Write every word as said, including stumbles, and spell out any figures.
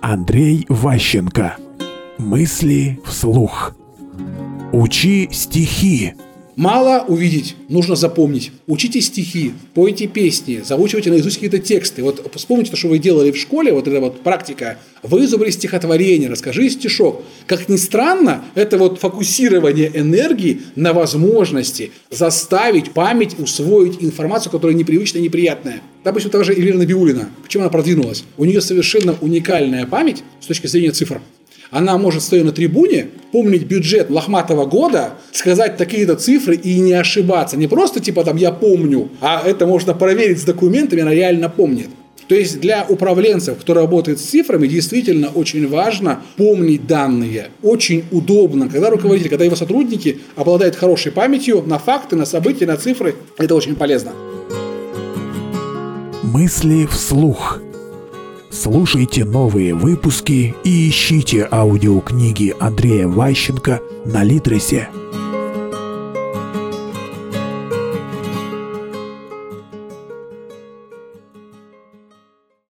Андрей Ващенко. Мысли вслух. Учи стихи. Мало увидеть, нужно запомнить. Учите стихи, пойте песни, заучивайте наизусть какие-то тексты. Вот вспомните то, что вы делали в школе, вот эта вот практика. Вызубри стихотворение, расскажи стишок. Как ни странно, это вот фокусирование энергии на возможности заставить память усвоить информацию, которая непривычная и неприятная. Допустим, та же Эльвира Набиуллина. Почему она продвинулась? У нее совершенно уникальная память с точки зрения цифр. Она может, стоя на трибуне, помнить бюджет лохматого года, сказать такие-то цифры и не ошибаться. Не просто типа там «я помню», а это можно проверить с документами, она реально помнит. То есть для управленцев, кто работает с цифрами, действительно очень важно помнить данные. Очень удобно, когда руководитель, когда его сотрудники обладают хорошей памятью на факты, на события, на цифры. Это очень полезно. Мысли вслух. Слушайте новые выпуски и ищите аудиокниги Андрея Ващенко на Литресе.